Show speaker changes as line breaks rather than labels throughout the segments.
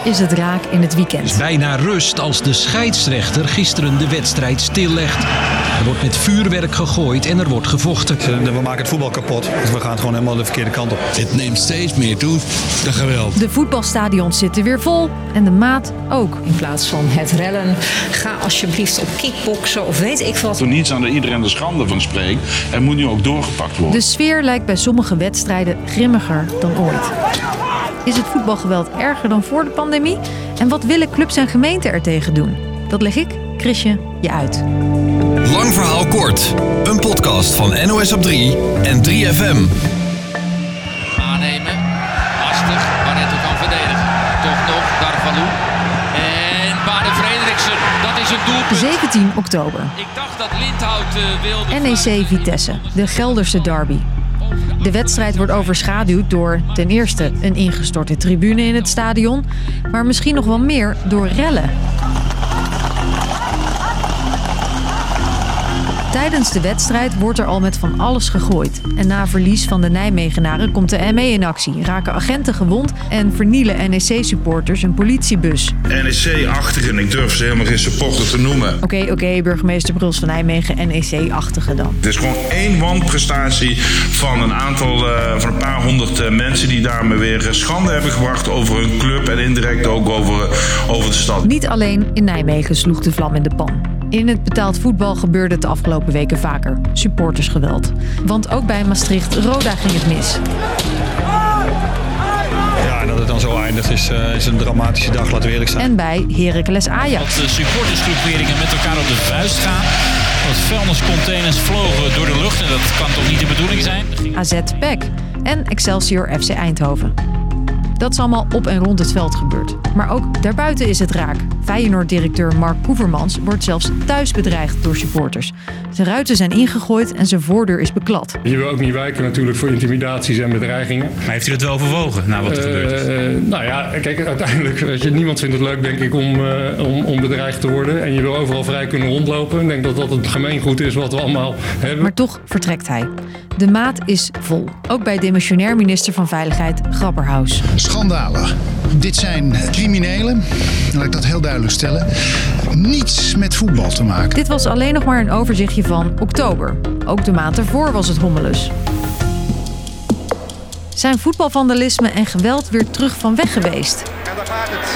is het raak in het weekend.
Het is bijna rust als de scheidsrechter gisteren de wedstrijd stillegt. Er wordt met vuurwerk gegooid en er wordt gevochten.
We maken het voetbal kapot. Dus we gaan gewoon helemaal de verkeerde kant op.
Het neemt steeds meer toe. Dat geweld.
De voetbalstadions zitten weer vol en de maat ook.
In plaats van het rellen, ga alsjeblieft op kickboksen of weet ik wat.
Toen niets aan iedereen de schande van spreekt, er moet nu ook doorgepakt worden.
De sfeer lijkt bij sommige wedstrijden grimmiger dan ooit. Is het voetbalgeweld erger dan voor de pandemie? En wat willen clubs en gemeenten er tegen doen? Dat leg ik, Chrisje, je uit.
Lang verhaal kort. Een podcast van NOS op 3 en 3FM.
Aannemen. Lastig. Barretto kan verdedigen. Toch nog. Darvalu. En Baden Frederiksen. Dat is een doelpunt.
17 oktober.
Ik dacht dat Lindhout wilde...
NEC Vitesse. De Gelderse derby. De wedstrijd wordt overschaduwd door ten eerste een ingestorte tribune in het stadion, maar misschien nog wel meer door rellen. Tijdens de wedstrijd wordt er al met van alles gegooid. En na verlies van de Nijmegenaren komt de ME in actie, raken agenten gewond en vernielen NEC-supporters een politiebus.
NEC-achtige, en ik durf ze helemaal geen supporter te noemen.
Oké, burgemeester Bruls van Nijmegen, NEC-achtige dan.
Het is gewoon één wanprestatie van een paar honderd mensen die daarmee weer schande hebben gebracht over hun club en indirect ook over de stad.
Niet alleen in Nijmegen sloeg de vlam in de pan. In het betaald voetbal gebeurde het de afgelopen weken vaker. Supportersgeweld. Want ook bij Maastricht-Roda ging het mis.
Ja, dat het dan zo eindigt is een dramatische dag, laten we eerlijk zijn.
En bij Heracles-Ajax.
Dat de supportersgroeperingen met elkaar op de vuist gaan. Dat vuilniscontainers vlogen door de lucht en dat kan toch niet de bedoeling zijn?
AZ-PEC en Excelsior FC Eindhoven. Dat is allemaal op en rond het veld gebeurd. Maar ook daarbuiten is het raak. Feyenoord-directeur Mark Koevermans wordt zelfs thuis bedreigd door supporters. Zijn ruiten zijn ingegooid en zijn voordeur is beklad.
Je wil ook niet wijken natuurlijk voor intimidaties en bedreigingen.
Maar heeft u dat wel overwogen na wat er gebeurd is?
Nou ja, kijk, uiteindelijk, niemand vindt het leuk denk ik om bedreigd te worden. En je wil overal vrij kunnen rondlopen. Ik denk dat dat het gemeengoed is wat we allemaal hebben.
Maar toch vertrekt hij. De maat is vol. Ook bij demissionair minister van Veiligheid Grapperhaus.
Schandalig. Dit zijn criminelen, laat ik dat heel duidelijk stellen, niets met voetbal te maken.
Dit was alleen nog maar een overzichtje van oktober. Ook de maand ervoor was het hommelus. Zijn voetbalvandalisme en geweld weer terug van weg geweest?
En daar gaat het.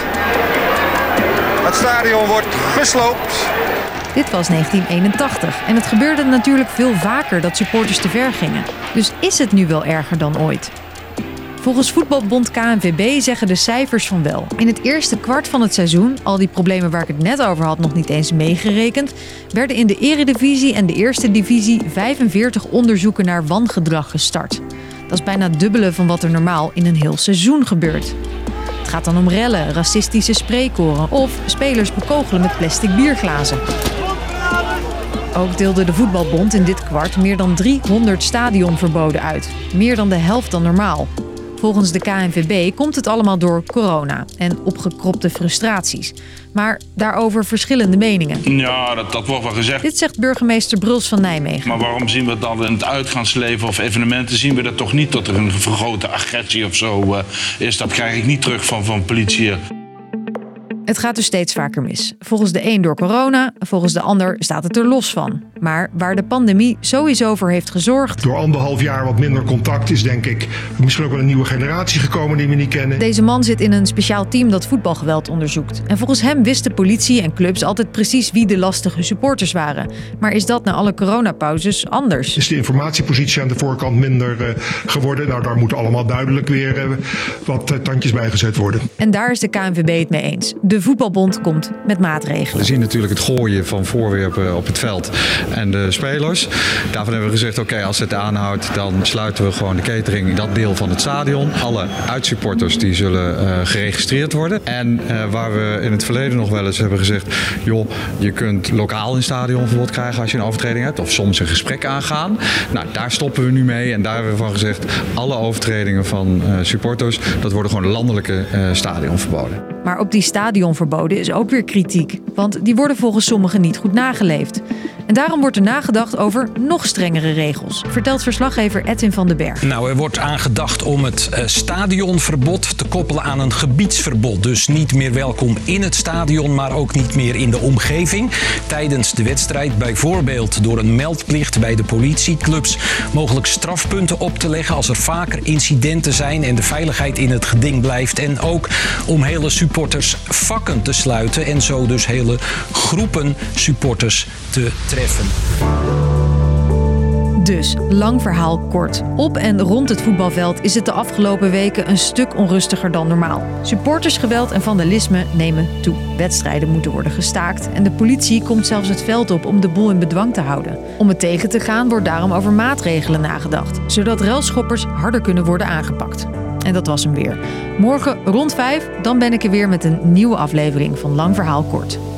Het stadion wordt gesloopt.
Dit was 1981 en het gebeurde natuurlijk veel vaker dat supporters te ver gingen. Dus is het nu wel erger dan ooit? Volgens voetbalbond KNVB zeggen de cijfers van wel. In het eerste kwart van het seizoen, al die problemen waar ik het net over had nog niet eens meegerekend, werden in de Eredivisie en de Eerste Divisie 45 onderzoeken naar wangedrag gestart. Dat is bijna het dubbele van wat er normaal in een heel seizoen gebeurt. Het gaat dan om rellen, racistische spreekkoren of spelers bekogelen met plastic bierglazen. Ook deelde de voetbalbond in dit kwart meer dan 300 stadionverboden uit. Meer dan de helft dan normaal. Volgens de KNVB komt het allemaal door corona en opgekropte frustraties. Maar daarover verschillende meningen.
Ja, dat wordt wel gezegd.
Dit zegt burgemeester Bruls van Nijmegen.
Maar waarom zien we dan in het uitgaansleven of evenementen zien we dat toch niet dat er een vergrote agressie of zo is? Dat krijg ik niet terug van politie.
Het gaat dus steeds vaker mis. Volgens de een door corona, volgens de ander staat het er los van. Maar waar de pandemie sowieso voor heeft gezorgd...
Door 1,5 jaar wat minder contact is denk ik misschien ook wel een nieuwe generatie gekomen die we niet kennen.
Deze man zit in een speciaal team dat voetbalgeweld onderzoekt. En volgens hem wisten politie en clubs altijd precies wie de lastige supporters waren. Maar is dat na alle coronapauzes anders?
Is de informatiepositie aan de voorkant minder geworden? Nou, daar moeten allemaal duidelijk weer wat tandjes bij gezet worden.
En daar is de KNVB het mee eens. De voetbalbond komt met maatregelen.
We zien natuurlijk het gooien van voorwerpen op het veld en de spelers. Daarvan hebben we gezegd, oké, als het aanhoudt, dan sluiten we gewoon de catering in dat deel van het stadion. Alle uitsupporters die zullen geregistreerd worden. En waar we in het verleden nog wel eens hebben gezegd, joh, je kunt lokaal in het stadion verbod krijgen als je een overtreding hebt. Of soms een gesprek aangaan. Nou, daar stoppen we nu mee. En daar hebben we van gezegd, alle overtredingen van supporters, dat worden gewoon landelijke stadionverboden.
Maar op die stadionverboden is ook weer kritiek. Want die worden volgens sommigen niet goed nageleefd. En daarom wordt er nagedacht over nog strengere regels, vertelt verslaggever Edwin van den Berg.
Nou, er wordt aangedacht om het stadionverbod te koppelen aan een gebiedsverbod. Dus niet meer welkom in het stadion, maar ook niet meer in de omgeving. Tijdens de wedstrijd bijvoorbeeld door een meldplicht bij de politieclubs mogelijk strafpunten op te leggen als er vaker incidenten zijn en de veiligheid in het geding blijft. En ook om hele supporters vakken te sluiten en zo dus hele groepen supporters te treffen.
Dus, lang verhaal kort. Op en rond het voetbalveld is het de afgelopen weken een stuk onrustiger dan normaal. Supportersgeweld en vandalisme nemen toe. Wedstrijden moeten worden gestaakt en de politie komt zelfs het veld op om de boel in bedwang te houden. Om het tegen te gaan wordt daarom over maatregelen nagedacht, zodat relschoppers harder kunnen worden aangepakt. En dat was hem weer. Morgen rond 5, dan ben ik er weer met een nieuwe aflevering van Lang Verhaal Kort.